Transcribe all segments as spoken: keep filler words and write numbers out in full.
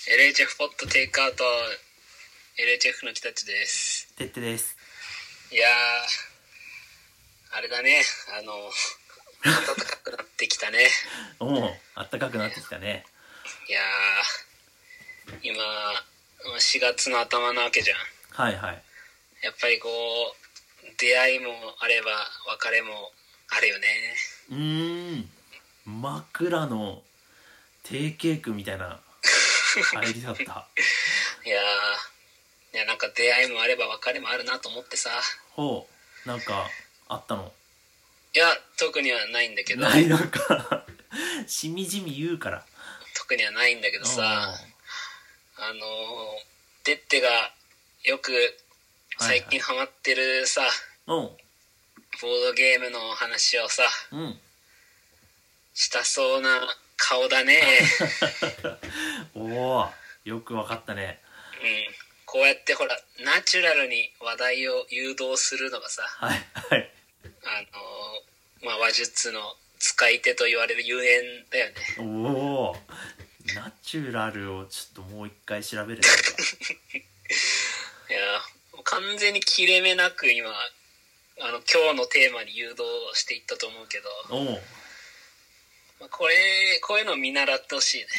エルエイチエフ ポッドテイクアウト エルエイチエフ の北地です。 てってです。 いやーあれだね、あの暖かくなってきたね。 おお、暖かくなってきたね。 いやー今しがつの頭なわけじゃん。 はいはい。 やっぱりこう出会いもあれば別れもあるよね。 うーん、枕の定型句みたいな入りだった。 いやーいやなんか出会いもあれば別れもあるなと思ってさ。 ほう、なんかあったの？ いや特にはないんだけど。 ないのかしみじみ言うから。 特にはないんだけどさ、あのてってがよく最近ハマってるさ、 はいはい、 ボードゲームの話をさ、 うん、 したそうな顔だね。 おお、よくわかったね。 うん、こうやってほらナチュラルに話題を誘導するのがさ、 はいはい、 あのまあ話術の使い手と言われるゆえんだよね。 おお、ナチュラルをちょっともう一回調べるね。 いや完全に切れ目なく今あの今日のテーマに誘導していったと思うけど、 おお、 まあ、これこういうのを見習ってほしいね。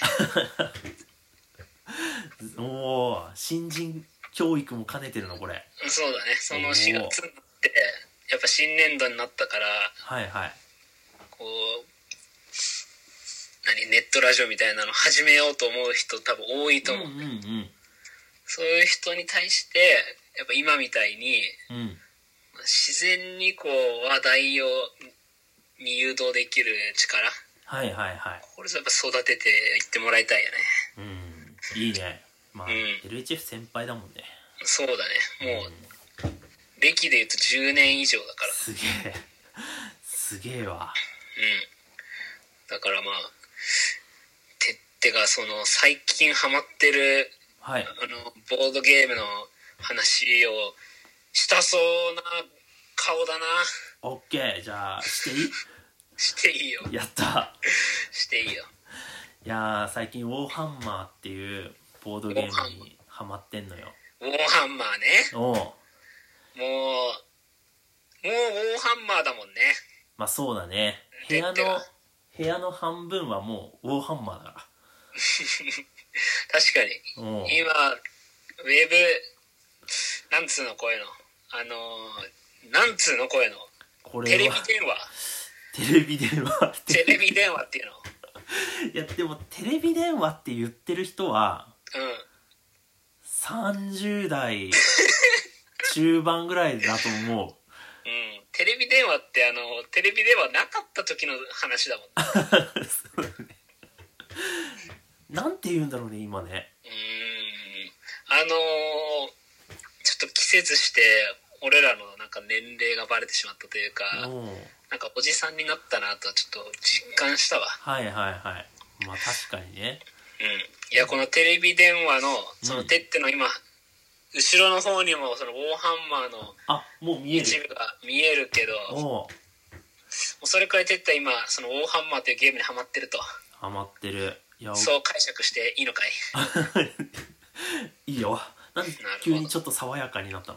おお、新人教育も兼ねてるのこれ。 そうだね。そのしがつになってやっぱ新年度になったから、 はいはい、 こう何ネットラジオみたいなの始めようと思う人多分多いと思う、 うんうんうん、 そういう人に対してやっぱ今みたいに、 うん、 自然にこう話題をに誘導できる力、 はいはいはい、 これやっぱ育てていってもらいたいよね。 うん、いいね。まあ、うん、エルエイチエフ 先輩だもんね。 そうだね。もう、うん、歴で言うとじゅうねん以上だから。 すげえすげえわ。 うん。だからまあてってがその最近ハマってる、 はい、 あのボードゲームの話をしたそうな顔だな。 オッケー、じゃあしていい？ していいよ。 やったしていいよ。 いやー最近ウォーハンマーっていうボードゲームにハマってんのよ。 ウォーハンマーね。 おう、もうもうウォーハンマーだもんね。 まあそうだね。部屋の部屋の半分はもうウォーハンマーだから確かに今ウェブなんつうのこういうのあのー、なんつうのこういうのこれテレビ電話テレビ電話テレビ電話っていうのいやでもテレビ電話って言ってる人は、 うん、 さんじゅう代中盤ぐらいだと思う。うん、 テレビ電話ってあのテレビ電話なかった時の話だもんね。 そうだね。なんて言うんだろうね今ね。 うーん、あのー、ちょっと季節して俺らのなんか年齢がバレてしまったというか、なんかおじさんになったなとちょっと実感したわ。 はいはいはい、まあ確かにね。 うん、いやこのテレビ電話のそのてっての今、うん、後ろの方にもそのウォーハンマーのあもう見える一部が見えるけど、おもうそれくらいてった今そのウォーハンマーというゲームにハマってると。ハマってる。 いやそう解釈していいのかい？ いいよ。なんで急にちょっと爽やかになったの？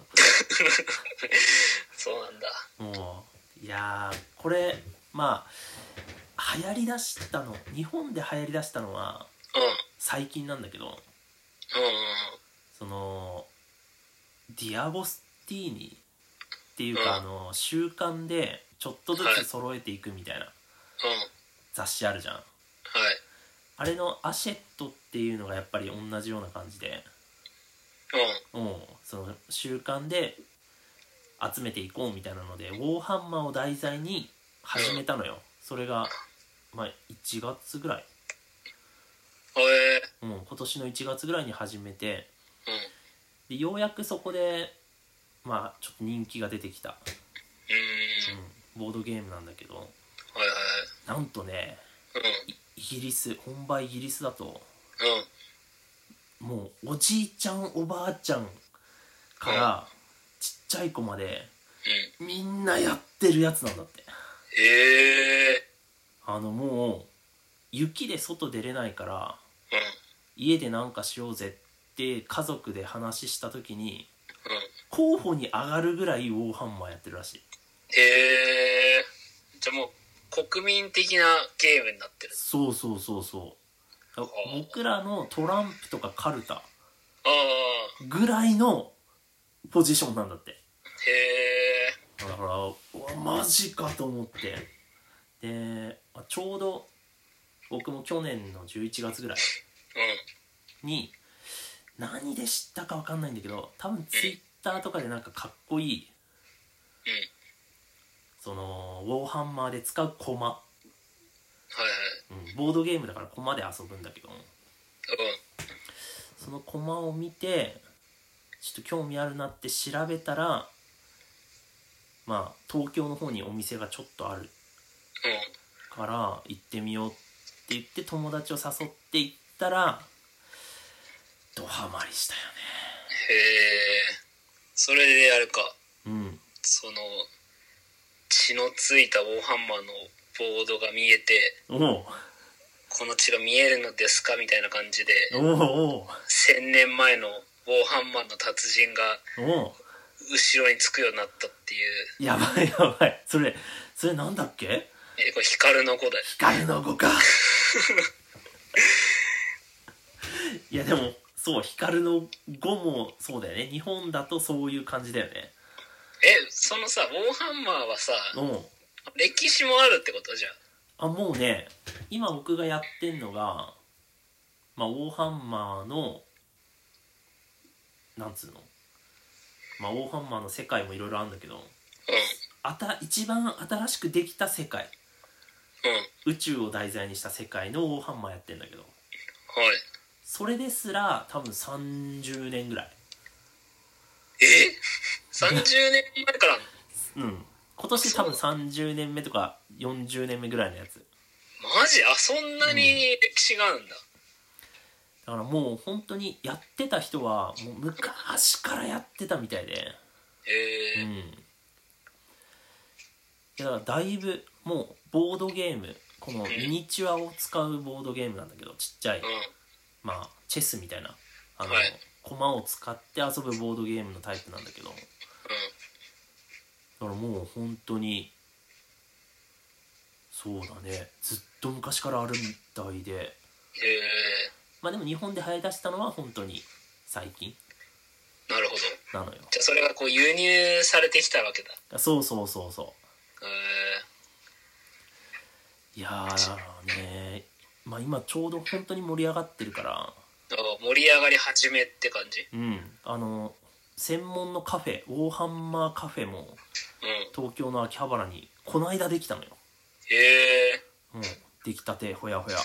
そうなんだ。 もういやーこれまあ流行りだしたの日本で流行りだしたのは、うん、最近なんだけど、うん、そのディアゴスティーニっていうか、うん、あの週刊でちょっとずつ揃えていくみたいな、はい、雑誌あるじゃん。はい。あれのアシェットっていうのがやっぱり同じような感じで、うん、うん、その週刊で集めていこうみたいなのでウォーハンマーを題材に始めたのよ。それがまあいちがつぐらい、うん、今年のいちがつぐらいに始めて、でようやくそこでまあちょっと人気が出てきた、うん、ボードゲームなんだけど、なんとね、イギリス本場イギリスだと、うん、もうおじいちゃんおばあちゃんからちっちゃい子まで、うん、みんなやってるやつなんだって。へえ。あのもう雪で外出れないから、うん、 家でなんかしようぜって家族で話した時に、 うん、 候補に上がるぐらいウォーハンマーやってるらしい。 へえ。じゃあもう国民的なゲームになってる。 そうそうそうそう。僕らのトランプとかカルタぐらいのポジションなんだって。へえ。 だからうわマジかと思って、でちょうど僕も去年のじゅういちがつぐらいに、うん、何で知ったか分かんないんだけど、多分ツイッターとかでなんかかっこいい、 うん、 そのウォーハンマーで使うコマ、 はいはい、 うん、ボードゲームだからコマで遊ぶんだけど、うん、そのコマを見てちょっと興味あるなって調べたら、まあ東京の方にお店がちょっとあるから行ってみようって言って友達を誘って行ったらドハマりしたよね。 へえ。それであれか、 うん、 その血のついたウォーハンマーのボードが見えて、 おうこの血が見えるのですかみたいな感じで、 おうおう千年前のウォーハンマーの達人が後ろにつくようになったっていう。 やばいやばい。それそれなんだっけ？ え、これ光の子だよ。 光の子かいやでもそう、光の子もそうだよね。日本だとそういう感じだよね。 え、そのさウォーハンマーはさ、 うん、 歴史もあるってことじゃん。 あ、もうね、今僕がやってんのが、まあ、ウォーハンマーのなんつうの、まあ、ウォーハンマーの世界もいろいろあるんだけど、うん、あた一番新しくできた世界、うん、宇宙を題材にした世界のウォーハンマーやってんだけど、はい、それですら多分さんじゅうねんぐらい。 えさんじゅうねんまえからうん、今年多分さんじゅうねんめとかよんじゅうねんめぐらいのやつ。 マジ？あ、そんなに歴史があるんだ、 うん、だからもう本当にやってた人はもう昔からやってたみたいで、へえ、うん、いやだからだいぶもうボードゲーム、このミニチュアを使うボードゲームなんだけど、ちっちゃい、うん、まあチェスみたいなあの、はい、駒を使って遊ぶボードゲームのタイプなんだけど、うん、だからもう本当にそうだね、ずっと昔からあるみたいで、へえ。まあでも日本で流行り出したのは本当に最近。 なるほど。 なのよ。 じゃあそれがこう輸入されてきたわけだ。 そうそうそうそう。へえ。 いやーだからね、まあ今ちょうど本当に盛り上がってるから。 盛り上がり始めって感じ？ うん。あの専門のカフェ、ウォーハンマーカフェも、うん、東京の秋葉原にこの間できたのよ。へえ。うん、出来たてほやほや。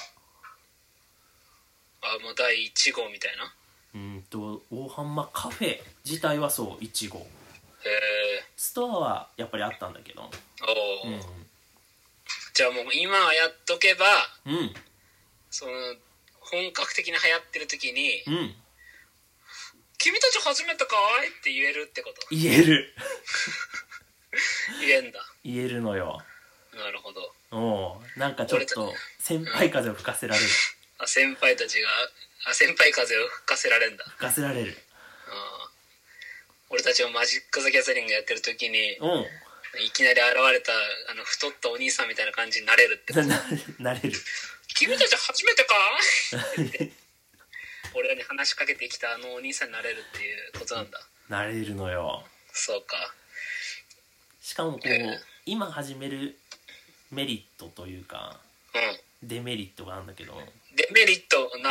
あ、もうだいいち号みたいな。 うんとウォーハンマーカフェ自体はそういち号。へえ。ストアはやっぱりあったんだけど。おお、 うん、じゃあもう今はやっとけば、うん、その本格的に流行ってる時に、うん、君たち始めたかいって言えるってこと？ 言える言えんだ。 言えるのよ。 なるほど。 おう、なんかちょっと先輩風を吹かせられる、 うん、あ、先輩たちがあ先輩風を吹かせられるんだ。 吹かせられる。 あ、俺たちがマジック・ザ・ギャザリングやってる時に、うん、いきなり現れたあの太ったお兄さんみたいな感じになれるってこと？ なれる。 君たち初めてかって俺らに話しかけてきたあのお兄さんになれるっていうことなんだ。 なれるのよ。 そうか。 しかもこう、えー、今始めるメリットというか、うん、デメリットがあるんだけど。 デメリットなの？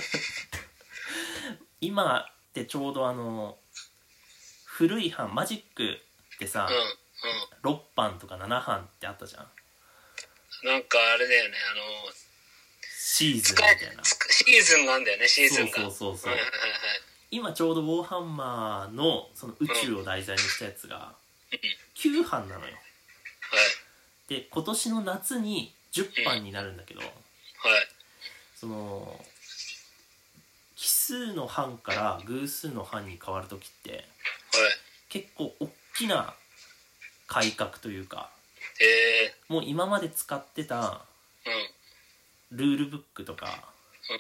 今ってちょうどあの古い版マジックってさ、うんうん、ろっぱんとかななはんってあったじゃん。 なんかあれだよね、あのシーズンみたいなシーズンがあるんだよね。シーズンが。 そうそうそうそう、はいはいはい、今ちょうどウォーハンマーのその宇宙を題材にしたやつがきゅうはんなのよ、はい、で今年の夏にじゅっぱんになるんだけど、うん、はい、その奇数の版から偶数の版に変わるときって、はい、結構大きな改革というか、えー、もう今まで使ってたルールブックとか、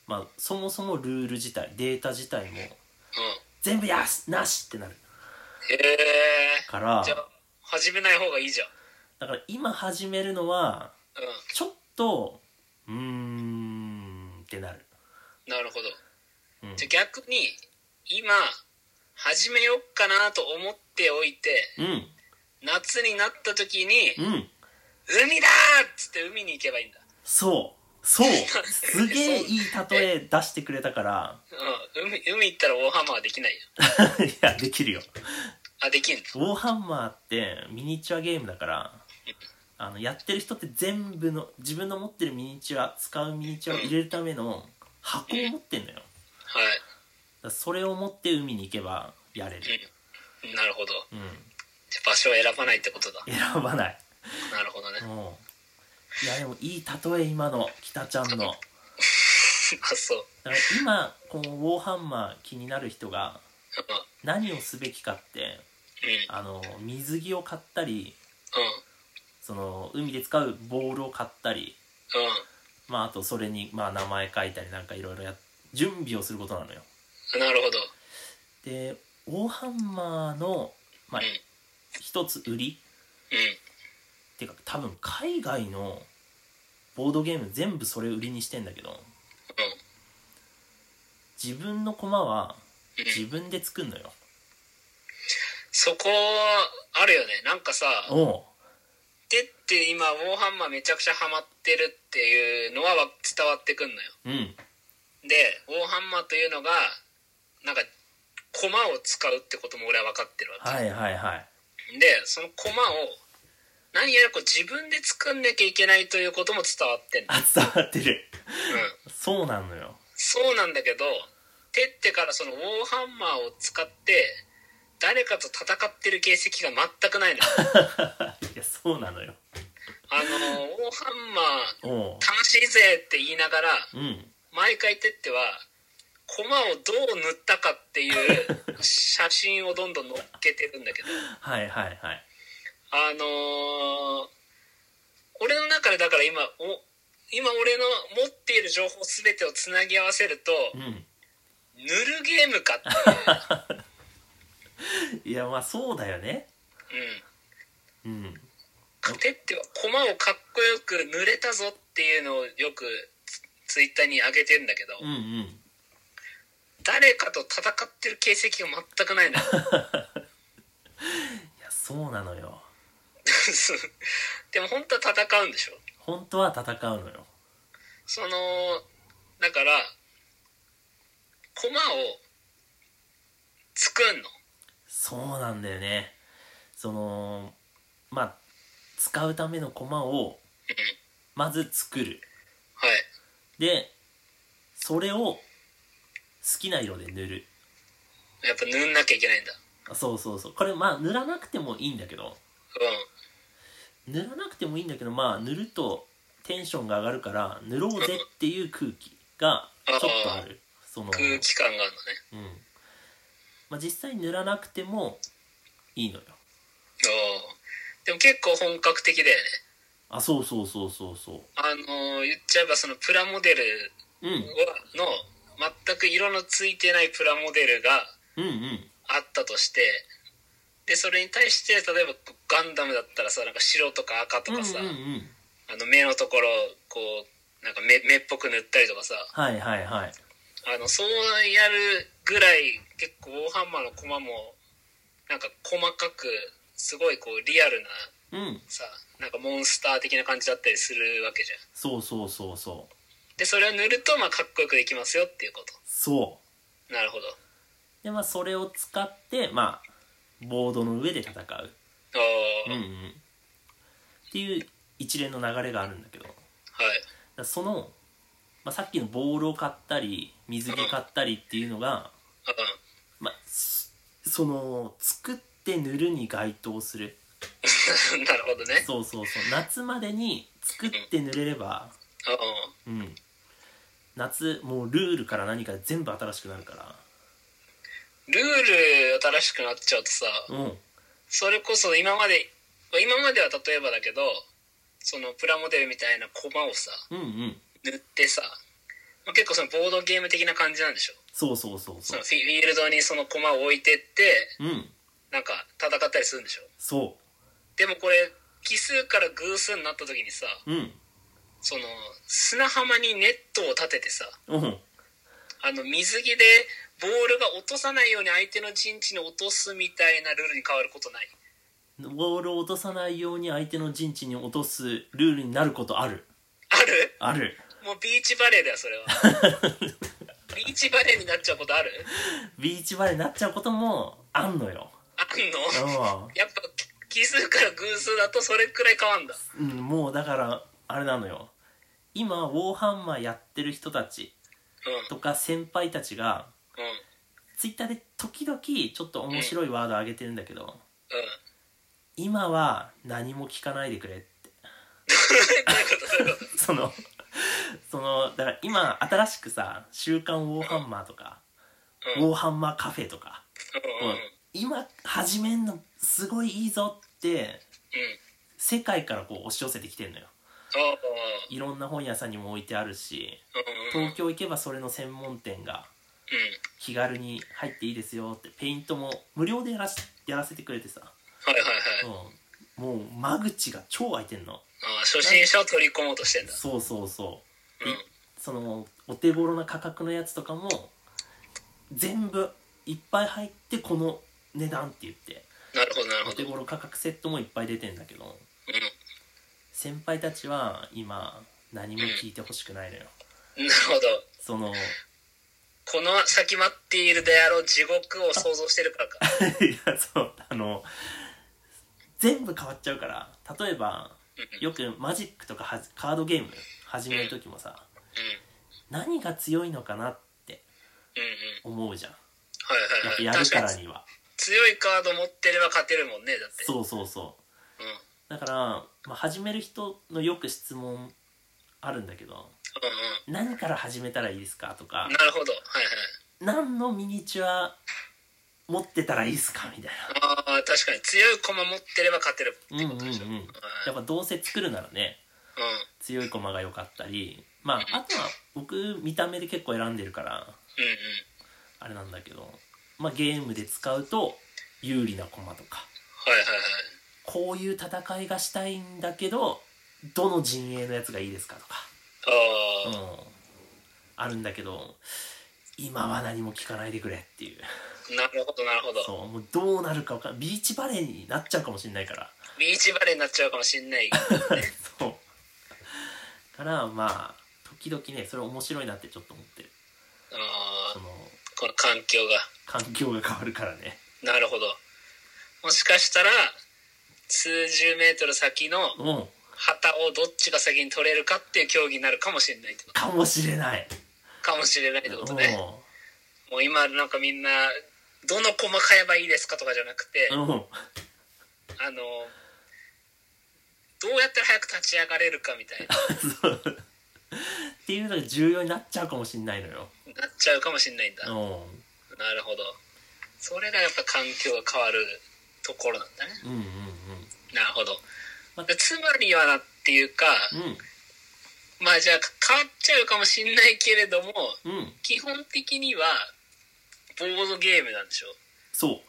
まあそもそもルール自体データ自体もうん全部やしなしってなるへえからじゃあ始めない方がいいじゃんだから今始めるのはうんちょっとうーんってなるなるほど、 うん、 じゃあ逆に今始めよっかなと思っておいて、 うん、 夏になった時に、 うん、 海だーっつって海に行けばいいんだそうそうすげえいい例え出してくれたからうん、海, 海行ったらウォーハンマーはできないよいやできるよあできんのウォーハンマーってミニチュアゲームだからあのやってる人って全部の自分の持ってるミニチュア使うミニチュアを入れるための箱を持ってんのよ、 はいだそれを持って海に行けばやれる、 うん、なるほど、 うん、 じゃ場所を選ばないってことだ選ばないなるほどねうんいやでもいい例え今の北ちゃんのあそうだから今このウォーハンマー気になる人が何をすべきかってうんあの水着を買ったりうんその海で使うボールを買ったりうんまああとそれにまあ名前書いたりなんかいろいろや準備をすることなのよなるほどでウォーハンマーのまあうん一つ売りうんっていうか多分海外のボードゲーム全部それ売りにしてんだけどうん自分の駒は自分で作んのよ、 そこあるよねなんかさおうでって今ウォーハンマーめちゃくちゃハマってるっていうのは伝わってくんのようんでウォーハンマーというのがなんか駒を使うってことも俺は分かってるわけ、 はいはいはいでその駒を何やらこう自分で作んなきゃいけないということも伝わってんの、 あ伝わってるうん、 そうなのよそうなんだけどテッテからそのウォーハンマーを使って誰かと戦ってる形跡が全くないのよいやそうなのよあのウォーハンマーおう楽しいぜって言いながらうん毎回テッテは駒をどう塗ったかっていう写真をどんどん載っけてるんだけどはいはいはいあのー、俺の中でだから今お今俺の持っている情報全てをつなぎ合わせると、 うん、 塗るゲームかっていういやまあそうだよねうんうんテッテは駒をかっこよく塗れたぞっていうのをよくツ, ツイッターに上げてるんだけど、 うんうん誰かと戦ってる形跡が全くないのよいやそうなのよでも本当は戦うんでしょ本当は戦うのよそのだから駒を作んのそうなんだよねそのまあ使うための駒をまず作るはいでそれを好きな色で塗るやっぱ塗んなきゃいけないんだそうそうそうこれまあ塗らなくてもいいんだけどうん塗らなくてもいいんだけどまあ塗るとテンションが上がるから塗ろうぜっていう空気がちょっとあるその空気感があるのねうんまあ実際塗らなくてもいいのよおでも結構本格的だよねあそうそうそうそうそうあのー、言っちゃえばそのプラモデルうんの全く色のついてないプラモデルがうんうんあったとしてでそれに対して例えばガンダムだったらさなんか白とか赤とかさ、 うんうんうん、 あの目のところこうなんか 目, 目っぽく塗ったりとかさはいはいはいあのそうやるぐらい結構ウォーハンマーのコマもなんか細かくすごいこうリアルな、 うん、 さなんかモンスター的な感じだったりするわけじゃんそうそうそうそうでそれを塗るとまあかっこよくできますよっていうことそうなるほどでまあそれを使ってまあボードの上で戦うおー、 うんうんっていう一連の流れがあるんだけどはいだその、まあ、さっきのボールを買ったり水着買ったりっていうのが、 うんまあ、その作って塗るに該当するなるほどねそうそうそう夏までに作って塗れれば、 うん、 うん、夏もうルールから何から全部新しくなるからルール新しくなっちゃうとさ、 うん、 それこそ今まで今までは例えばだけどそのプラモデルみたいなコマをさ、 うんうん、 塗ってさ結構そのボードゲーム的な感じなんでしょ。 そうそうそうそう。 そのフィールドにその駒を置いてって、 うん。 なんか戦ったりするんでしょ。 そう。 でもこれ奇数から偶数になった時にさ、 うん。 その砂浜にネットを立ててさ、 うん。 あの水着でボールが落とさないように相手の陣地に落とすみたいなルールに変わることない？ ボールを落とさないように相手の陣地に落とすルールになることある。 ある？ ある。 もうビーチバレーだよそれは。ビーチバレーになっちゃうことある？ ビーチバレーになっちゃうこともあんのよ。 あんの？ うん。 やっぱ奇数から偶数だとそれくらい変わんだ。 うん、もうだからあれなのよ。今ウォーハンマーやってる人たちとか先輩たちが、 うん、 ツイッターで時々ちょっと面白いワード上げてるんだけど、うん、 うん、 今は何も聞かないでくれって。そのそのだから今新しくさ、週刊ウォーハンマーとか、うん、ウォーハンマーカフェとか、うんうん、今始めんのすごいいいぞって、うん、世界からこう押し寄せてきてんのよ。いろんな本屋さんにも置いてあるし、東京行けばそれの専門店が気軽に入っていいですよって、ペイントも無料でやらしやらせてくれてさ、 はいはいはい、 うん、もう間口が超開いてんの。あ、 初心者を取り込もうとしてんだ。 そうそうそう、うん、そのお手頃な価格のやつとかも全部いっぱい入ってこの値段って言って、 なるほどなるほど、 お手頃価格セットもいっぱい出てんだけど、うん、先輩たちは今何も聞いてほしくないのよ、 うん、なるほど。そのこの先待っているであろう地獄を想像してるからか。 いや、そうあの全部変わっちゃうから。例えばよくマジックとかはカードゲーム始める時もさ、うんうん、何が強いのかなって思うじゃん、うんうん、はいはいはい、やっぱやるからには強いカード持ってれば勝てるもんね。だってそうそうそう、うん、だから、まあ、始める人のよく質問あるんだけど、うんうん、何から始めたらいいですかとか、 なるほど、はいはい、 何のミニチュア持ってたらいいですかみたいな。ああ、確かに強い駒持ってれば勝てるってことでしょ。 うんうんうん、やっぱどうせ作るならね、うん、強い駒が良かったり、まあ、うん、あとは僕見た目で結構選んでるから、うんうん、あれなんだけど、まあ、ゲームで使うと有利な駒とか、はいはいはい、こういう戦いがしたいんだけどどの陣営のやつがいいですかとか、あ、うん、あるんだけど、今は何も聞かないでくれっていう。 なるほどなるほど。 そう、もうどうなるか分かんない。ビーチバレーになっちゃうかもしれないから。 ビーチバレーになっちゃうかもしれない、ね、 そうからまあ時々ね、それ面白いなってちょっと思ってる。 ああ、そのこの環境が環境が変わるからね。 なるほど。もしかしたら数十メートル先の旗をどっちが先に取れるかっていう競技になるかもしれないってこと。 かもしれないかもしれないってことね。もう今なんかみんなどの駒買えばいいですかとかじゃなくて、あのどうやったら早く立ち上がれるかみたいなそうっていうのが重要になっちゃうかもしれないのよ。 なっちゃうかもしれないんだ。なるほど。それがやっぱ環境が変わるところなんだね。うんうんうん。なるほど。まあ、つまりはなっていうか、うん、まあじゃあ変わっちゃうかもしれないけれども、うん、基本的にはボードゲームなんでしょ。 そう。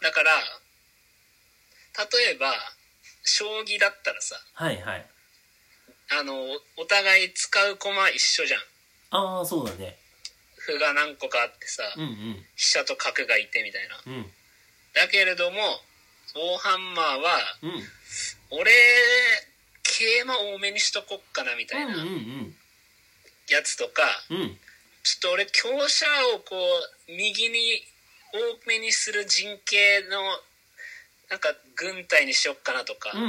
だから例えば将棋だったらさ、 はいはい、 あのお互い使う駒一緒じゃん。 ああ、そうだね。 歩が何個かあってさ、うんうん、飛車と角がいてみたいな、うん、だけれどもウォーハンマーは、うん、俺桂馬多めにしとこっかなみたいなやつとか、うんうんうん、ちょっと俺香車をこう右に多めにする陣形のなんか軍隊にしよっかなとか、うんうん、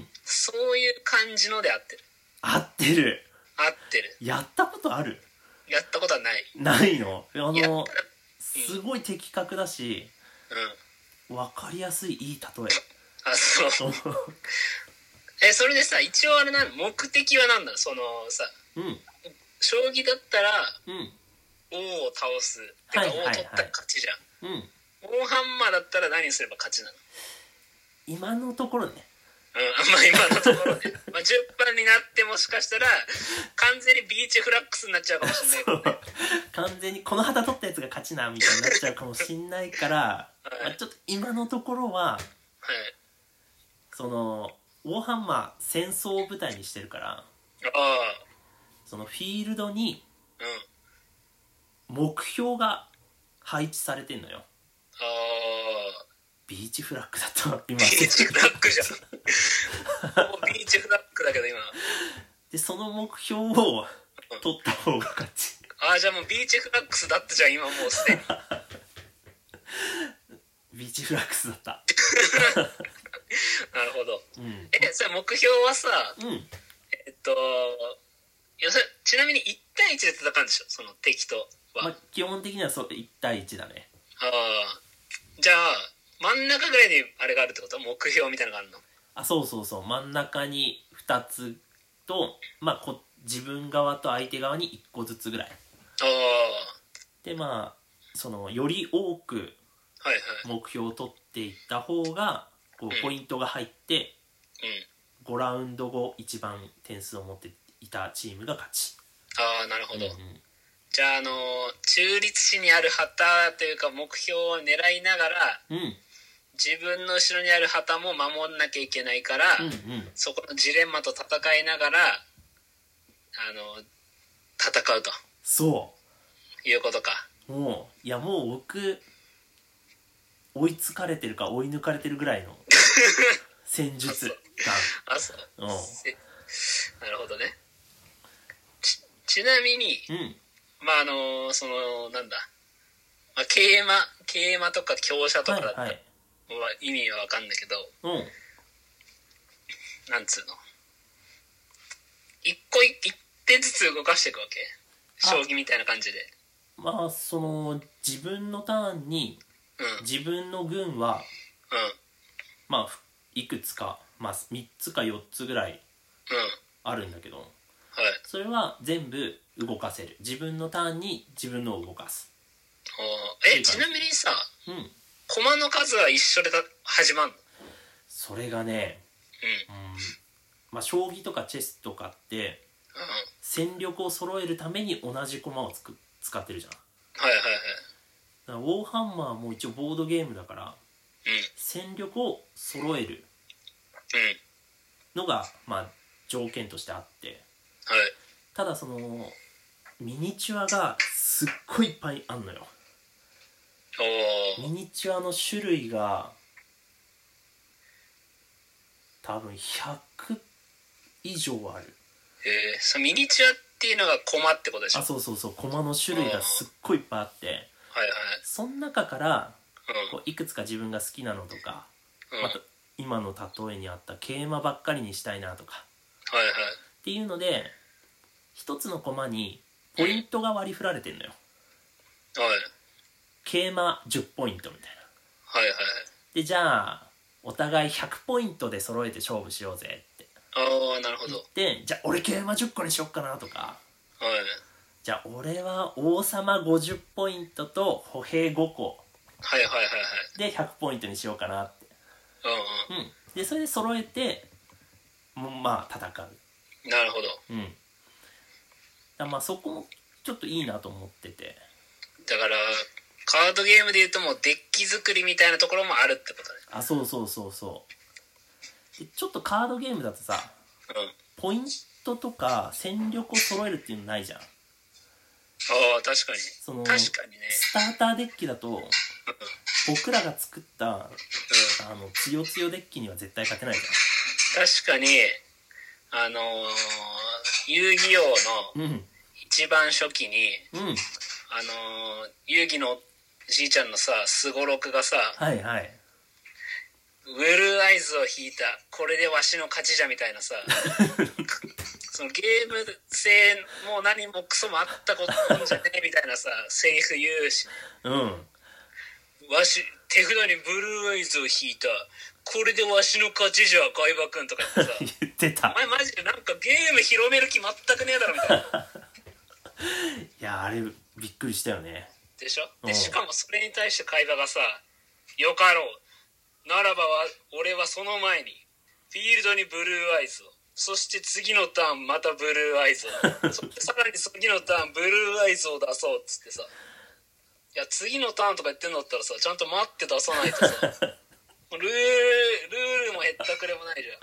そういう感じので合ってる。 合ってる合ってる。 やったことある？ やったことはない。 ないの？あの、うん、すごい的確だし、うん、分かりやすいいい例え。 あ、そうえ、それでさ、一応あれなの、目的は何なの？そのさ、うん、将棋だったら、うん、王を倒すってか、はいはいはい、王取ったら勝ちじゃん、うん、ウォーハンマーだったら何すれば勝ちなの？ 今のところね、 うん、まあ今のところねまあじゅっぱんになってもしかしたら完全にビーチフラックスになっちゃうかもしれないけど、ね、 完全にこの旗取ったやつが勝ちなみたいになっちゃうかもしんないから、はいまあ、ちょっと今のところは、はい、そのウォーハンマー戦争を舞台にしてるから、あそのフィールドに目標が配置されてんのよ。あビーチフラッグだった今。 ビーチフラッグじゃんもうビーチフラッグだけど今でその目標を取った方が勝ち。 ああじゃあもうビーチフラッグスだったじゃん今もうすでにビーチフラッグスだったなるほど、 うん、 えそれ目標はさ、うん、えっとよそちなみにいち対いちで戦うんでしょその敵とは、 まあ、基本的にはそういち対いちだね。 ああじゃあ真ん中ぐらいにあれがあるってこと？目標みたいなのがあるの？ あそうそうそう真ん中にふたつと、まあ、こ自分側と相手側にいっこずつぐらい。あでまあそのより多く目標を取っていった方がこうポイントが入って、うん、ごラウンド後一番点数を持っていたチームが勝ち。 ああなるほど、うんうん、じゃああの中立地にある旗というか目標を狙いながら、うん、自分の後ろにある旗も守んなきゃいけないから、うんうん、そこのジレンマと戦いながらあの戦うとそういうことか。 もういやもう僕追いつかれてるか追い抜かれてるぐらいの戦術あそうあそう、うん、なるほどね。 ち, ちなみに、うん、まああのそのなんだ、まあ、桂馬桂馬とか香車とかだったら、はいはい意味は分かんないけど、うん、なんつうの一個一手ずつ動かしていくわけ将棋みたいな感じで。 まあその自分のターンに、うん、自分の軍は、うん、まあいくつか、まあ、みっつかよっつぐらいあるんだけど、うんはい、それは全部動かせる。自分のターンに自分のを動かす。 あえちなみにさ、うん駒の数は一緒で始まるの？ それがね、うんうんまあ、将棋とかチェスとかって、うん、戦力を揃えるために同じ駒をつく使ってるじゃん。はいはいはい。だからウォーハンマーも一応ボードゲームだから、うん、戦力を揃えるのが、まあ、条件としてあって、はい、ただそのミニチュアがすっごいいっぱいあんのよ。ミニチュアの種類が多分ひゃく以上ある。 へえ、そのミニチュアっていうのがコマってことでしょ？ あ、そうそうそう、コマの種類がすっごいいっぱいあって、はいはい、その中から、うん、こういくつか自分が好きなのとか、うん、また今の例えにあった桂馬ばっかりにしたいなとか、はいはい、っていうので一つのコマにポイントが割り振られてんのよ。はい。桂馬じゅっポイントみたいな。はいはい。でじゃあお互いひゃくポイントで揃えて勝負しようぜってああなるほど。 でじゃあ俺桂馬じゅっこにしよっかなとか、はい、じゃあ俺は王様ごじゅっポイントと歩兵ごこ、はいはいはいはい、でひゃくポイントにしようかなって、うんうん、でそれで揃えてまあ戦う。 なるほど。 うん。だまあそこもちょっといいなと思ってて。 だからカードゲームでいうともうデッキ作りみたいなところもあるってことね。 あ、そうそうそうそうでちょっとカードゲームだとさ、うん、ポイントとか戦力を揃えるっていうのないじゃん。ああ確かに。その確かにね。 スターターデッキだと、うん、僕らが作った、うん、あのつよつよデッキには絶対勝てないじゃん。確かにあのー、遊戯王の一番初期に、うん、あのー、遊戯のじいちゃんのさスゴロクがさ、はいはい、ウェルアイズを引いたこれでわしの勝ちじゃみたいなさそのゲーム性も何もクソもあったことじゃねえみたいなさセリフ言うし、ね、うんわし手札にブルーアイズを引いたこれでわしの勝ちじゃ海馬くんとか言ってさ言ってた。 お前マジでなんかゲーム広める気全くねえだろみたいないやあれびっくりしたよね。 でしょ。でしかもそれに対して海馬がさよかろうならばは俺はその前にフィールドにブルーアイズを、そして次のターンまたブルーアイズをそしてさらに次のターンブルーアイズを出そうっつってさ、いや次のターンとか言ってんだったらさ、ちゃんと待って出さないとさルールルールもへったくれもないじゃん。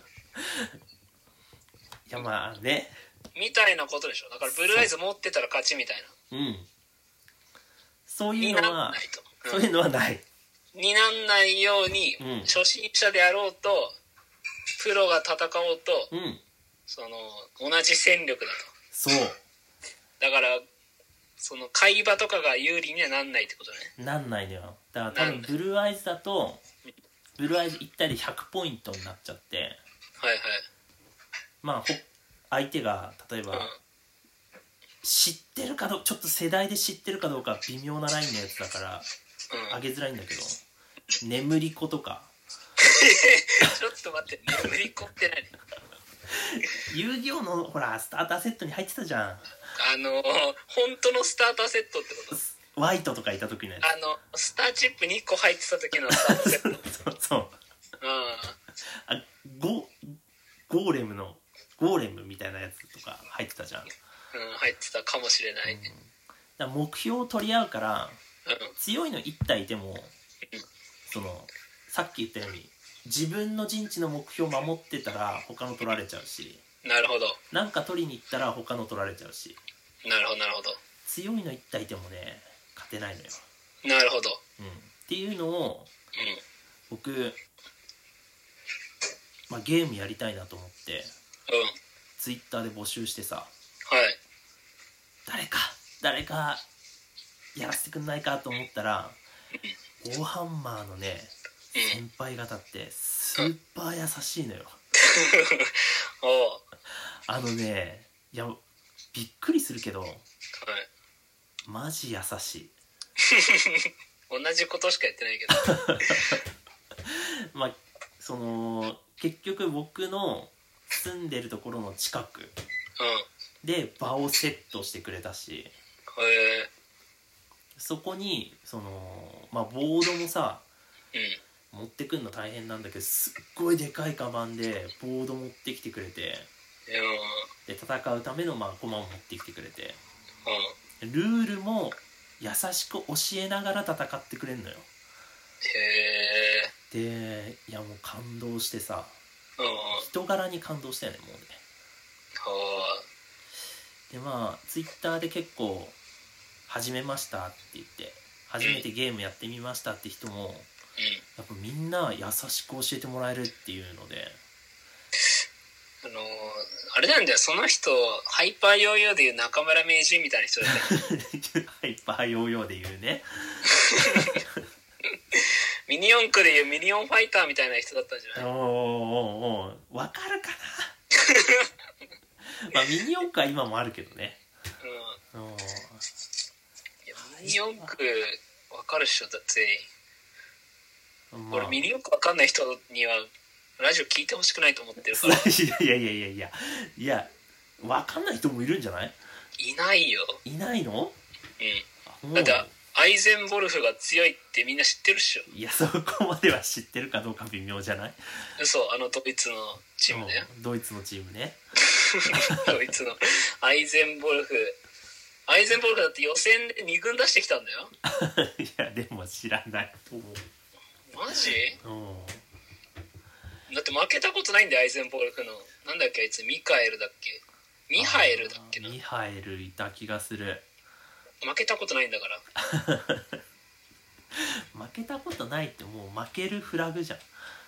いやまあねみたいなことでしょ。だからブルーアイズ持ってたら勝ちみたいな。 うん。そういうのはになんないと、うん、 そういうのはない。 になんないように、うん、初心者であろうとプロが戦おうと、うん、その同じ戦力だと。 そう。 だからその会話とかが有利にはなんないってことね。 なんないのよ。だから多分ブルーアイズだとブルーアイズいち対でひゃくポイントになっちゃって、 はいはい。 まあ相手が例えば、うん、知ってるかどうちょっと世代で知ってるかどうか微妙なラインのやつだから、うん、上げづらいんだけど、眠り子とかちょっと待って、眠り子って何？ 遊戯王のほらスターターセットに入ってたじゃん。 あのー、本当のスターターセットってこと？ ワイトとかいた時のやつ。 あのスターチップにいっこ入ってた時のスターターセットそうそう、ああゴゴーレムのゴーレムみたいなやつとか入ってたじゃん。うん、 入ってたかもしれない、うん、だから目標を取り合うから、うん、強いのいち体いても、うん、そのさっき言ったように自分の陣地の目標を守ってたら他の取られちゃうし、 なるほど、 なんか取りに行ったら他の取られちゃうし、 なるほどなるほど、 強いのいち体いてもね勝てないのよ。 なるほど、 うん、っていうのを、うん、僕、まあ、ゲームやりたいなと思って、うん、ツイッターで募集してさ、はい、誰か誰かやらせてくんないかと思ったら、うん、オーハンマーのね、うん、先輩方ってスーパー優しいのよ、うん、おあのね、いやびっくりするけど、はい、マジ優しい同じことしか言ってないけどまあその結局僕の住んでるところの近くで場をセットしてくれたし、うん、へえ。そこにそのまあボードもさ、うん、持ってくんの大変なんだけど、すっごいでかいカバンでボード持ってきてくれて、で戦うためのまあ駒を持ってきてくれて、うん、ルールも優しく教えながら戦ってくれんのよ。へえ。で、いやもう感動してさ、うん、人柄に感動したよね、もうね。はでまあツイッターで結構始めましたって言って初めてゲームやってみましたって人も、うん、やっぱみんな優しく教えてもらえるっていうので、 あのー、あれなんだよ、その人ハイパーヨーヨーでいう中村名人みたいな人だよハイパーヨーヨーでいうねミニ四駆でいうミニ四ファイターみたいな人だったんじゃない？おーおーおー、わかるかなまあミニ四駆は今もあるけどね、うん、おいやミニ四駆わかるっしょ、だって全員、まあ、俺ミニ四駆わかんない人にはラジオ聞いてほしくないと思ってるからいやいやいやいやいや、わかんない人もいるんじゃない？ いないよ。 いないの？ うん。だってアイゼンボルフが強いってみんな知ってるっしょ。 いやそこまでは知ってるかどうか微妙じゃない？ そう、あのドイツのチームだよ。 ドイツのチームねドイツのアイゼンボルフアイゼンボルフだって予選でに軍出してきたんだよいやでも知らない。 マジ？うんだって負けたことないんだよ、アイゼンボルフの。なんだっけあいつ、ミカエルだっけ、ミハエルだっけな。 ミハエルいた気がする。 負けたことないんだから負けたことないってもう負けるフラグじゃん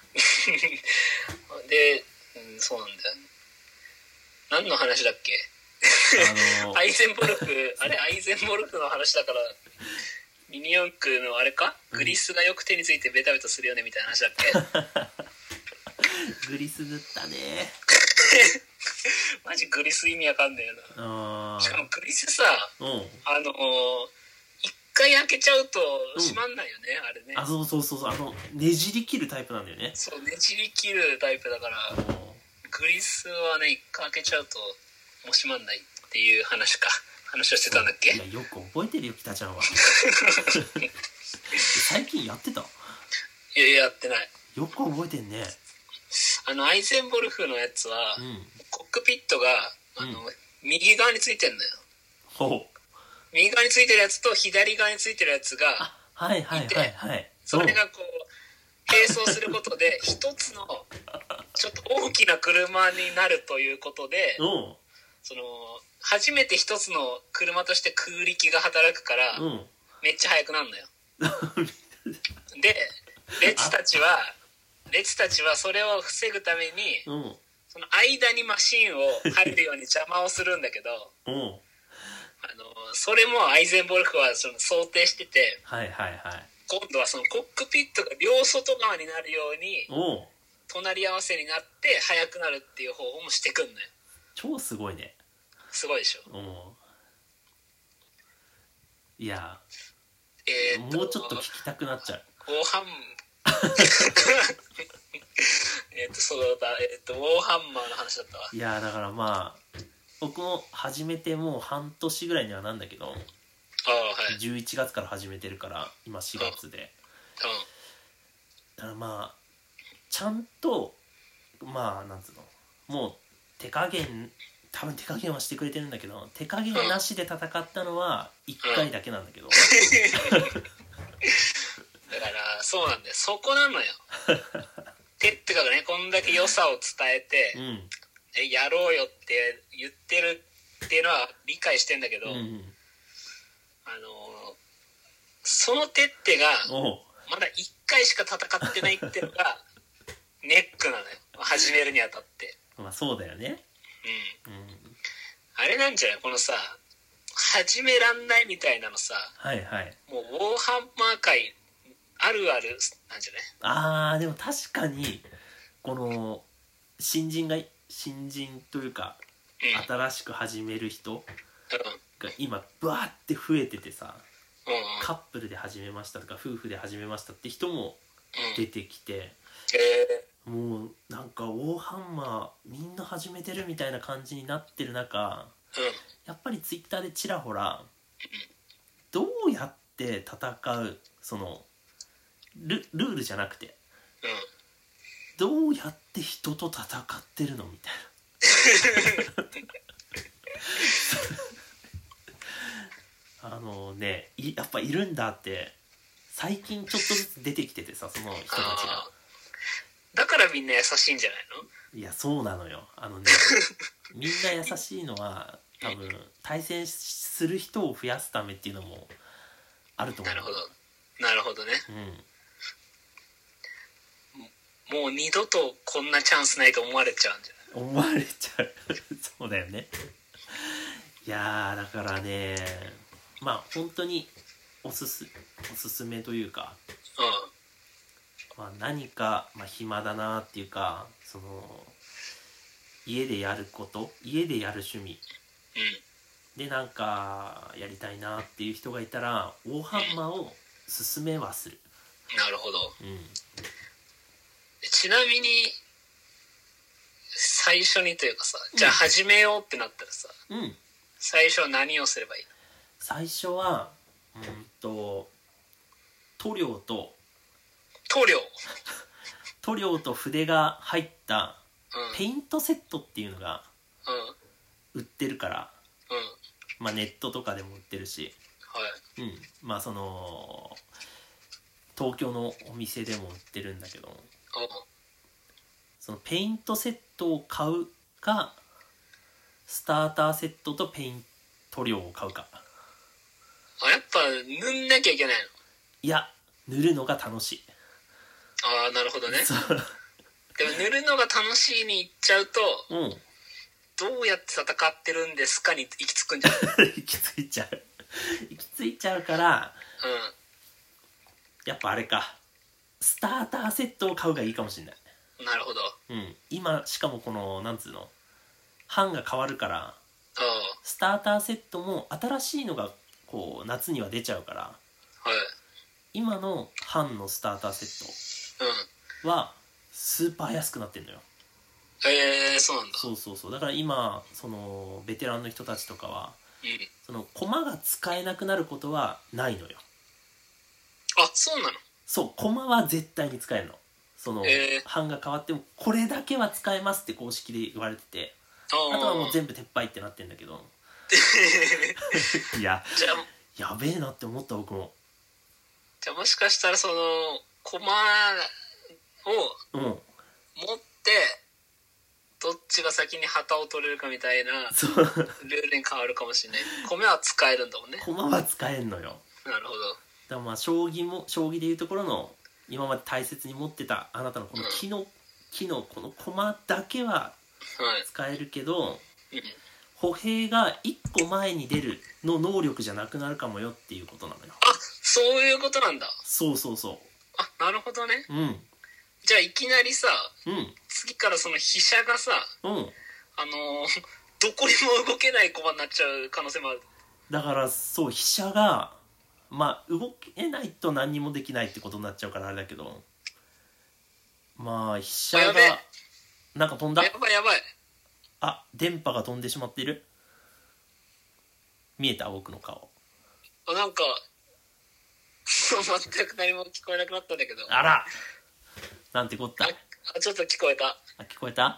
で、うん、そうなんだよ。何の話だっけあのー、アイゼンボルフあれアイゼンボルフの話だからミニ四駆のあれか、グリスがよく手についてベタベタするよねみたいな話だっけグリス塗ったねマジグリス意味わかんねえな。しかもグリスさ、うん、あの一回開けちゃうと閉まんないよね、うん、あれね。 あ、そうそうそうそう、あのねじり切るタイプなんだよね。 そう、ねじり切るタイプだから、グリスはね一回開けちゃうともう閉まんないっていう話か話をしてたんだっけ。 いやよく覚えてるよ北ちゃんは最近やってた？ いややってない。 よく覚えてんね。 あのアイゼンボルフのやつは、 うん、 コックピットがあの、うん、右側についてんのよ。 ほう。 右側についてるやつと左側についてるやつがいて、 はいはいはいはい、 それがこう並走することで一つのちょっと大きな車になるということで、その初めて一つの車として空力が働くから、めっちゃ速くなるのよ。で、列たちは列たちはそれを防ぐために、その間にマシンを入るように邪魔をするんだけど、あのそれもアイゼンボルクはその想定してて、 はいはいはい、 今度はそのコックピットが両外側になるように隣り合わせになって速くなるっていう方法もしてくんのよ。 超すごいね。 すごいでしょ。 いや、えー、もうちょっと聞きたくなっちゃう。 ウォーハンえっとそうだ、えっとウォーハンマーの話だったわ。 いやだからまあ僕も始めてもう半年ぐらいにはなんだけど、 あ、はい、 じゅういちがつから始めてるから今しがつで、うん、だからまあちゃんとまあなんつうの、もう手加減多分手加減はしてくれてるんだけど、手加減なしで戦ったのはいっかいだけなんだけど、うん、だからそうなんだよ、そこなのよ手ってかね、こんだけ良さを伝えて、うん、えやろうよって言ってるっていうのは理解してんだけど、うん、あのその手ってがまだいっかいしか戦ってないっていうのがネックなのよ、始めるにあたって。 まあそうだよね、 うん、うん、あれなんじゃない、このさ始めらんないみたいなのさ、 はいはい、 もうウォーハンマー界あるあるなんじゃない。 あーでも確かにこの新人が新人というか、うん、新しく始める人が今バーって増えててさ、うん、カップルで始めましたとか夫婦で始めましたって人も出てきて、うん、もうなんかウォーハンマーみんな始めてるみたいな感じになってる中、うん、やっぱりツイッターでちらほら、うん、どうやって戦う、その ル, ルールじゃなくて、うん、どうやって人と戦ってるのみたいなあのね、やっぱいるんだって最近ちょっとずつ出てきててさ、その人たちが。 だからみんな優しいんじゃないの。 いやそうなのよ、あのねみんな優しいのは多分対戦する人を増やすためっていうのもあると思う。 なるほどなるほどね、うん、もう二度とこんなチャンスないと思われちゃうんじゃない。 思われちゃうそうだよね。いやーだからね、まあ本当におすすおすすめというか、うん、まあ、何か、まあ、暇だなっていうか、その家でやること、家でやる趣味、うん、でなんかやりたいなっていう人がいたらウォーハンマーを勧めはする、 うん、なるほど、うん、ちなみに最初にというかさ、じゃあ始めようってなったらさ、うん、最初は何をすればいいの。 最初はうんと塗料と塗料塗料と筆が入ったペイントセットっていうのが売ってるから、うんうん、まあネットとかでも売ってるし、はい、うん、まあその東京のお店でも売ってるんだけど、うん、そのペイントセットを買うかスターターセットとペイント料を買うか。 あ、やっぱ塗んなきゃいけないの。 いや塗るのが楽しい。 ああなるほどね。でも塗るのが楽しいにいっちゃうと、うん、どうやって戦ってるんですかに行き着くんじゃない行き着いちゃう行き着いちゃうから、うん、やっぱあれかスターターセットを買うがいいかもしれない。 なるほど、 うん、今しかもこのなんつうの版が変わるから、スターターセットも新しいのがこう夏には出ちゃうから、はい、今の版のスターターセットはスーパー安くなってんのよ。 えー、そうなんだ。 そうそうそう。だから今そのベテランの人たちとかは、うん、その駒が使えなくなることはないのよ。 あ、そうなの。 そう、駒は絶対に使えるの。 その、 えー、 版が変わってもこれだけは使えますって公式で言われてて、あとはもう全部撤廃ってなってんだけどいやじゃあやべえなって思った僕も。 じゃあもしかしたらそのコマを持って、どっちが先に旗を取れるかみたいなルールに変わるかもしれない。米は使えるんだもんね。 駒は使えんのよ。 なるほど。 だからまあ将棋も将棋でいうところの今まで大切に持ってたあなたのこの木の、うん、木のこの駒だけは使えるけど、はいうん、歩兵がいっこまえに出るの能力じゃなくなるかもよっていうことなのよ。 あ、そういうことなんだ。 そうそうそう。 あ、なるほどね。 うん。 じゃあいきなりさ、 うん、 次からその飛車がさ、 うん、あのー、 どこにも動けない駒になっちゃう可能性もある。 だからそう飛車がまあ動けないと何にもできないってことになっちゃうからあれだけど、まあ飛車がなんか飛んだ。 やばいやばい。 あ、電波が飛んでしまっている。見えた僕の顔。 あ、なんか全く何も聞こえなくなったんだけど。 あら、なんてこった。 あ、ちょっと聞こえた。 あ、聞こえた。はい。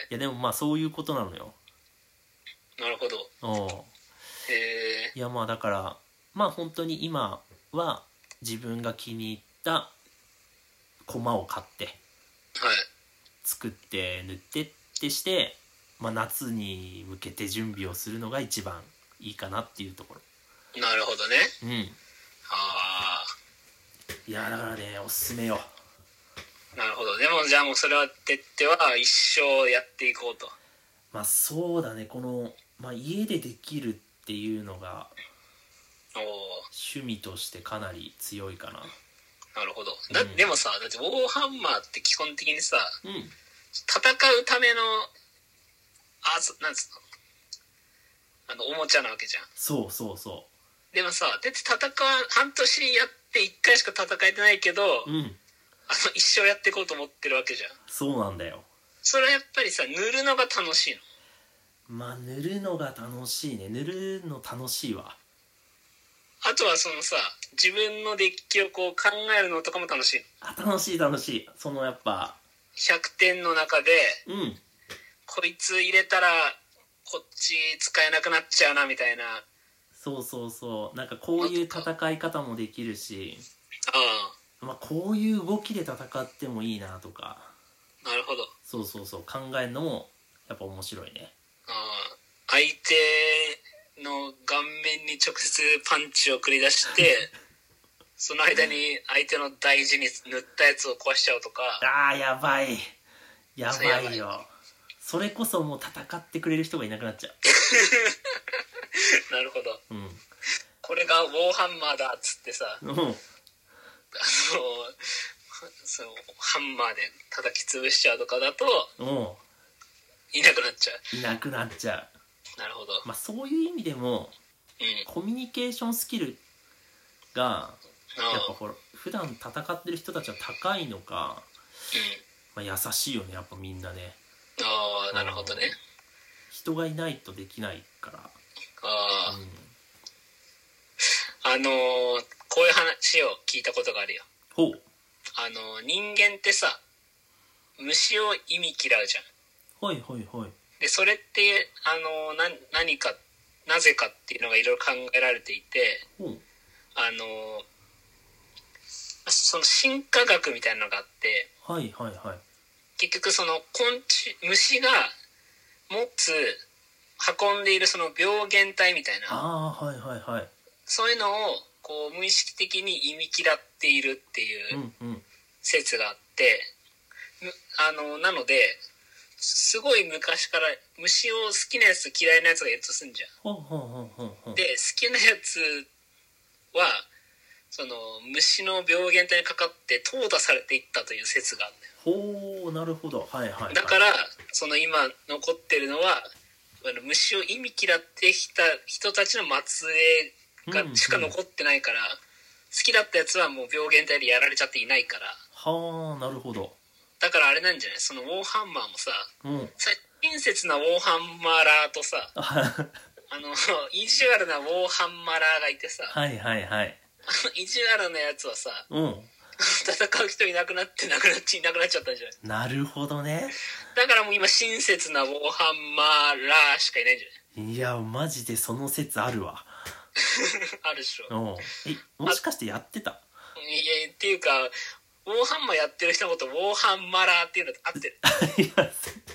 いやでもまあそういうことなのよ。 なるほど。 おう。 へえ。 いやまあだからまあ本当に今は自分が気に入った駒を買って、 はい、 作って塗ってってして、まあ、夏に向けて準備をするのが一番いいかなっていうところ。 なるほどね。 うん。 ああ。 いやだからねおすすめよ。 なるほど。でもじゃあもうそれは徹底は一生やっていこうと。 まあそうだね。この、まあ、家でできるっていうのが趣味としてかなり強いかな。 なるほど。だ、うん、でもさ、だってウォーハンマーって基本的にさ、 うん、 戦うためのあなんつうのあのおもちゃなわけじゃん。 そうそうそう。 でもさ、だって戦う半年やっていっかいしか戦えてないけど、 うん、あの一生やっていこうと思ってるわけじゃん。 そうなんだよ。 それはやっぱりさ塗るのが楽しいの。 まあ塗るのが楽しいね。塗るの楽しいわ。 あとはそのさ自分のデッキをこう考えるのとかも楽しい。 あ、楽しい楽しい。そのやっぱひゃくてんの中で、 うん、 こいつ入れたらこっち使えなくなっちゃうなみたいな。 そうそうそう。なんかこういう戦い方もできるし、 ああ、まあ、こういう動きで戦ってもいいなとか。 なるほど。 そうそうそう考えるのもやっぱ面白いね。 ああ、相手の顔面に直接パンチを繰り出してその間に相手の大事に塗ったやつを壊しちゃうとか。 ああやばいやばいよ。それこそもう戦ってくれる人がいなくなっちゃうなるほど、 うん、 これがウォーハンマーだっつってさ、 うん、 あのそのハンマーで叩き潰しちゃうとかだと、 うん、 いなくなっちゃういなくなっちゃう。なるほど。 まあそういう意味でも、 うん、 コミュニケーションスキルがやっぱほら普段戦ってる人たちは高いのか、うん、まあ、優しいよねやっぱみんなね。 ああなるほどね。 人がいないとできないから。 ああ、うん、あのー、こういう話を聞いたことがあるよ。 ほう。 あのー、人間ってさ虫を意味嫌うじゃん。 はいはいはい。 でそれってあのー、な何かなぜかっていうのがいろいろ考えられていて、 ほう。 あのー、その進化学みたいなのがあって、 はいはいはい。 結局その昆虫虫が持つ運んでいるその病原体みたいな、 ああはいはいはい、 そういうのをこう無意識的に忌み嫌っているっていう説があって、うんうん、あのなのですごい昔から虫を好きなやつと嫌いなやつがいるとすんじゃん。 ほうほうほうほうほう。 で好きなやつはその虫の病原体にかかって淘汰されていったという説があるんだよ。 ほうなるほど、はいはい、はい、 だからその今残ってるのはあの虫を忌み嫌ってきた人たちの末裔がしか残ってないから、うんうん、好きだったやつはもう病原体でやられちゃっていないから。 はあなるほど。 だからあれなんじゃない、そのウォーハンマーもさ、 うん、 親切なウォーハンマーラーとさあの意地悪なウォーハンマーラーがいてさ、 はいはいはい、 意地悪なやつはさ、 うん、 戦う人いなくなってなくなっちいなくなっちゃったんじゃない？ なるほどね。 だからもう今親切なウォーハンマーラーしかいないんじゃない？ いやマジでその説あるわ。 あるでしょ。 おうえもしかしてやってた？ いやっていうかウォーハンマーやってる人のことウォーハンマラーっていうのと合ってる。 いや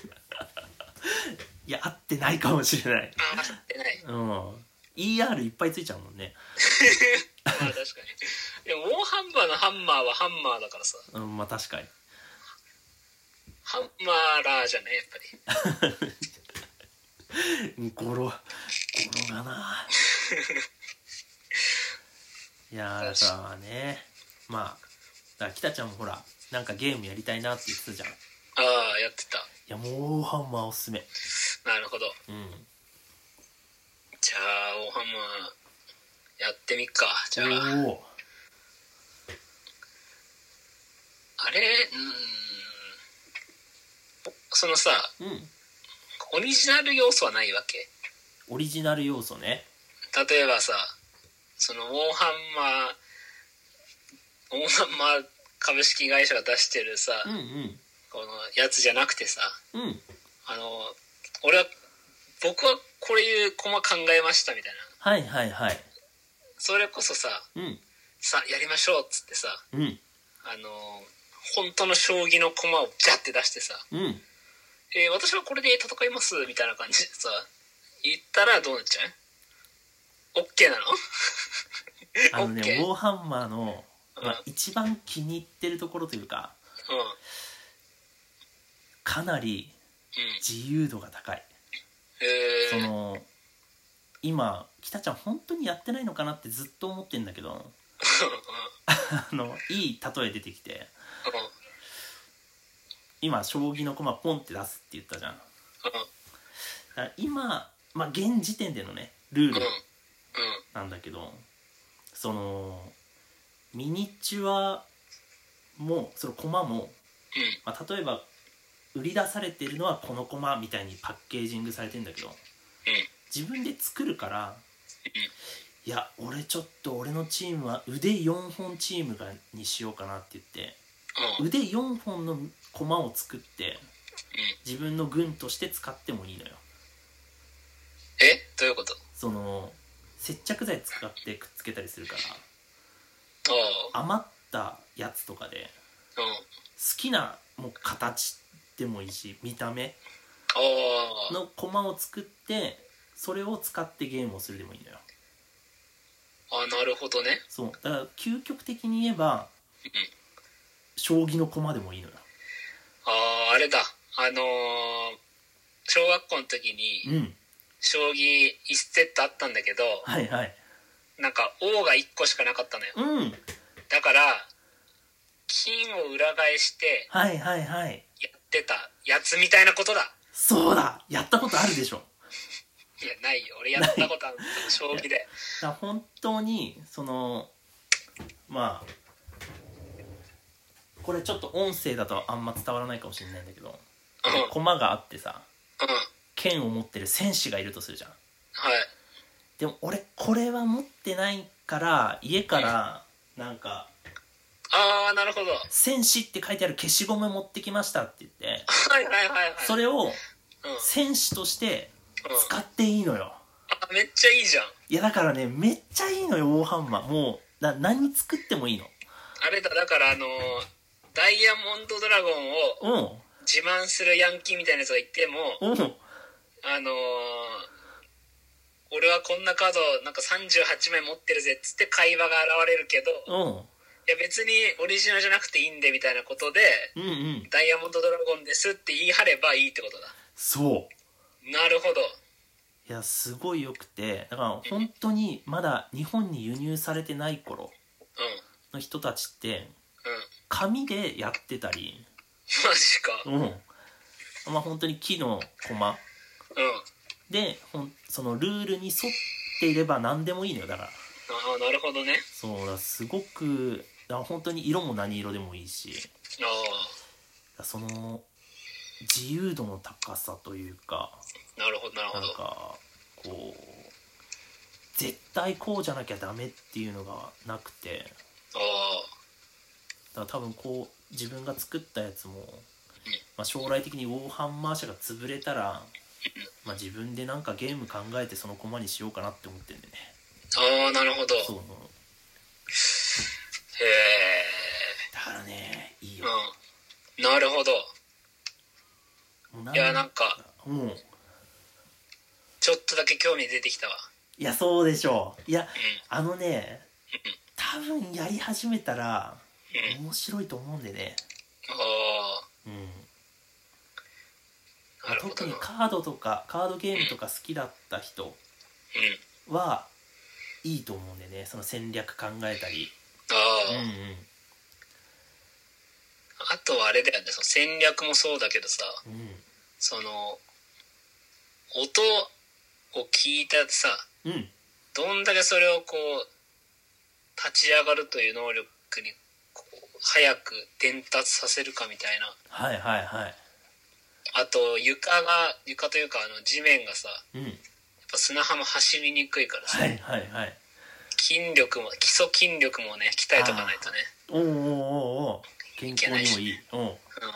いや合ってないかもしれない。 あ合ってない。 うん イーアール いっぱいついちゃうもんね。 まあ確かに。でもウォーハンマーのハンマーはハンマーだからさ。 うん、まあ確かに。 ハンマーラーじゃねやっぱり。ゴロゴロがな。いやだからね、まあだから北ちゃんもほらなんかゲームやりたいなって言ってたじゃん。 ああやってた。 いやもうウォーハンマーおすすめ。 なるほど。 うん。 じゃあウォーハンマーやってみっか。じゃあ。おあれうんそのさ、うん、オリジナル要素はないわけ？ オリジナル要素ね。 例えばさそのウォーハンマーウォーハンマー株式会社が出してるさ、うんうん、このやつじゃなくてさ、うん、あの俺は僕はこういうコマ考えましたみたいな。 はいはいはい。 それこそさ、うん、さやりましょうっつってさ、うん、あの本当の将棋のコマをジャッて出してさ、うんえー、私はこれで戦いますみたいな感じでさ言ったらどうなっちゃう？ OK なの？ あのね、OK？ ウォーハンマーの、まあ、一番気に入ってるところというか、うん、かなり自由度が高い、うん、その今北ちゃん本当にやってないのかなってずっと思ってんだけどあのいい例え出てきて、うん、今将棋の駒ポンって出すって言ったじゃん、うん、だから今、まあ、現時点でのねルールなんだけど、そのミニチュアもその駒も、まあ、例えば売り出されてるのはこの駒みたいにパッケージングされてるんだけど、自分で作るから、いや俺ちょっと俺のチームは腕よんほんチームがにしようかなって言って、腕よんほんの駒を作って自分の軍として使ってもいいのよ。 えどういうこと？その接着剤使ってくっつけたりするから、余ったやつとかで好きなもう形でもいいし見た目の駒を作ってそれを使ってゲームをするでもいいのよ。 あなるほどね。 そうだから究極的に言えば、うん、将棋の駒でもいいのよ。 あああれだあのー、小学校の時に、うん、将棋いちセットあったんだけど、はいはい、なんか王がいっこしかなかったのよ、うん、だから金を裏返してはいはいはいやってたやつみたいなことだ。 そうだやったことあるでしょ。 いやないよ俺やったことある将棋で。 だ本当にそのまあこれちょっと音声だとあんま伝わらないかもしれないんだけど、うん、駒があってさ、うん、剣を持ってる戦士がいるとするじゃん。はい。でも俺これは持ってないから家からなんか、 うん、ああなるほど戦士って書いてある消しゴム持ってきましたって言ってはいはいはいはい、 それを戦士として使っていいのよ、うんうん、あめっちゃいいじゃん。 いやだからねめっちゃいいのよウォーハンマー。もうな何作ってもいいの。 あれだだからあのー、ダイヤモンドドラゴンを自慢するヤンキーみたいなやつがいても、うん、あのー、俺はこんなカードなんかさんじゅうはちまい持ってるぜっつって会話が現れるけど、うん、いや別にオリジナルじゃなくていいんでみたいなことで、うんうん、ダイヤモンドドラゴンですって言い張ればいいってことだ。 そうなるほど。 いやすごいよくてだから本当にまだ日本に輸入されてない頃の人たちって、うん、紙でやってたりマジかうんまあ本当に木の駒、うん、でほんそのルールに沿っていれば何でもいいのよ。だからああなるほどね。 そうだすごくだから本当に色も何色でもいいしあその自由度の高さというかなるほどなるほどなんかこう絶対こうじゃなきゃダメっていうのがなくてあから多分こう自分が作ったやつも、まあ、将来的にウォーハンマー社が潰れたら、まあ、自分でなんかゲーム考えてそのコマにしようかなって思ってるんでね。 ああ、なるほど。 そう、へえ。 だからね、いいよ。 うん、なるほど。 もういや、なんか、 うん、 ちょっとだけ興味出てきたわ。 いや、そうでしょう。いや、 うん、 あのね、多分やり始めたらうん、 面白いと思うんでね。 ああ、 うん。 なるほどな。 特にカードとかカードゲームとか好きだった人はいいと思うんでね、その戦略考えたり。 ああ、 うんうん。 あとはあれだよね、その戦略もそうだけどさ、 うん、 その音を聞いたさ、 うん、 どんだけそれをこう立ち上がるという能力にこう早く伝達させるかみたいな。 はいはいはい。 あと床が床というかあの地面がさ、 うん、 やっぱ砂浜走りにくいからさ、 はいはいはい。 筋力も基礎筋力もね鍛えとかないとね。 おおおおお、健康にもいい。うん。うん。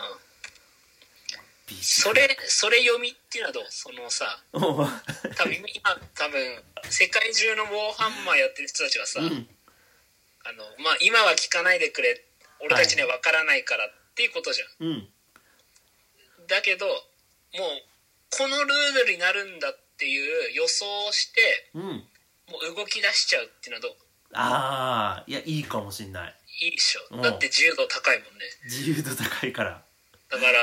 それそれ読みっていうのはどう？そのさ、多分今多分世界中のウォーハンマーやってる人たちはさ、うん、あのまあ今は聞かないでくれ、俺たちには分からないからっていうことじゃん。うん。だけどもうこのルールになるんだっていう予想をして、うん、もう動き出しちゃうっていうのはどう？ ああ、いやいいかもしんない。 いいでしょ。だって自由度高いもんね。 自由度高いから。 だから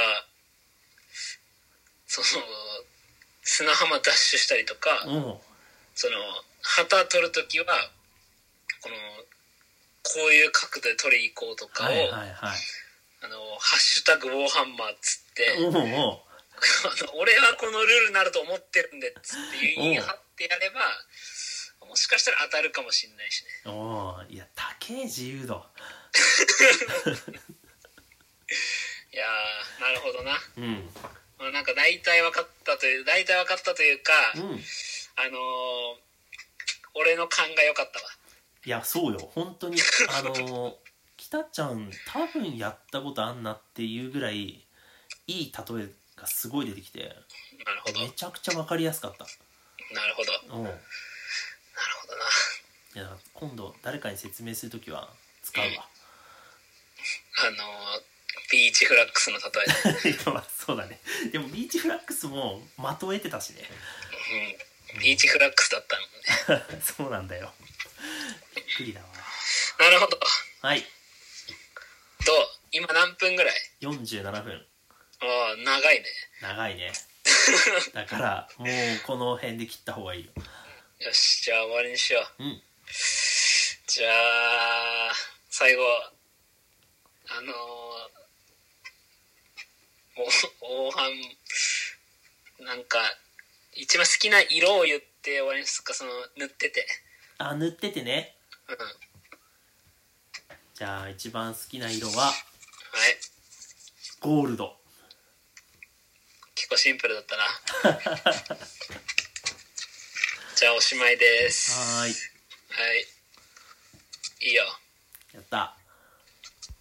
その砂浜ダッシュしたりとか、その旗取るときはこのこういう角度で取り行こうとかを、はいはいはい、あのハッシュタグウォーハンマーっつって、おうおう俺はこのルールになると思ってるんでっつって言い張ってやればもしかしたら当たるかもしれないしね。 おー、いや高え自由度いやー、なるほどな。うん、まあ、なんか大体分かったという大体分かったというか、うん、あのー、俺の勘が良かったわ。 いやそうよ本当にあのー、北ちゃん多分やったことあんなっていうぐらいいい例えがすごい出てきて、 なるほど、 めちゃくちゃ分かりやすかった。 なるほど、うん、なるほどな。 いや今度誰かに説明するときは使うわ、うん、あのー、ビーチフラックスの例えでまあそうだね。でもビーチフラックスも的を得てたしね、 うん、ビーチフラックスだったのねそうなんだよ、びっくりだわ。 なるほど。 はい。 どう今何分ぐらい？ よんじゅうななふん。ああ、長いね。 長いねだからもうこの辺で切った方がいいよ。 よし、じゃあ終わりにしよう。うん。じゃあ最後あのー、お大半なんか一番好きな色を言って終わりにするか。その塗ってて。 あ、塗っててね。うん。じゃあ一番好きな色は、はい、ゴールド。 結構シンプルだったなじゃあおしまいです。 はーい。 はい。いいよ。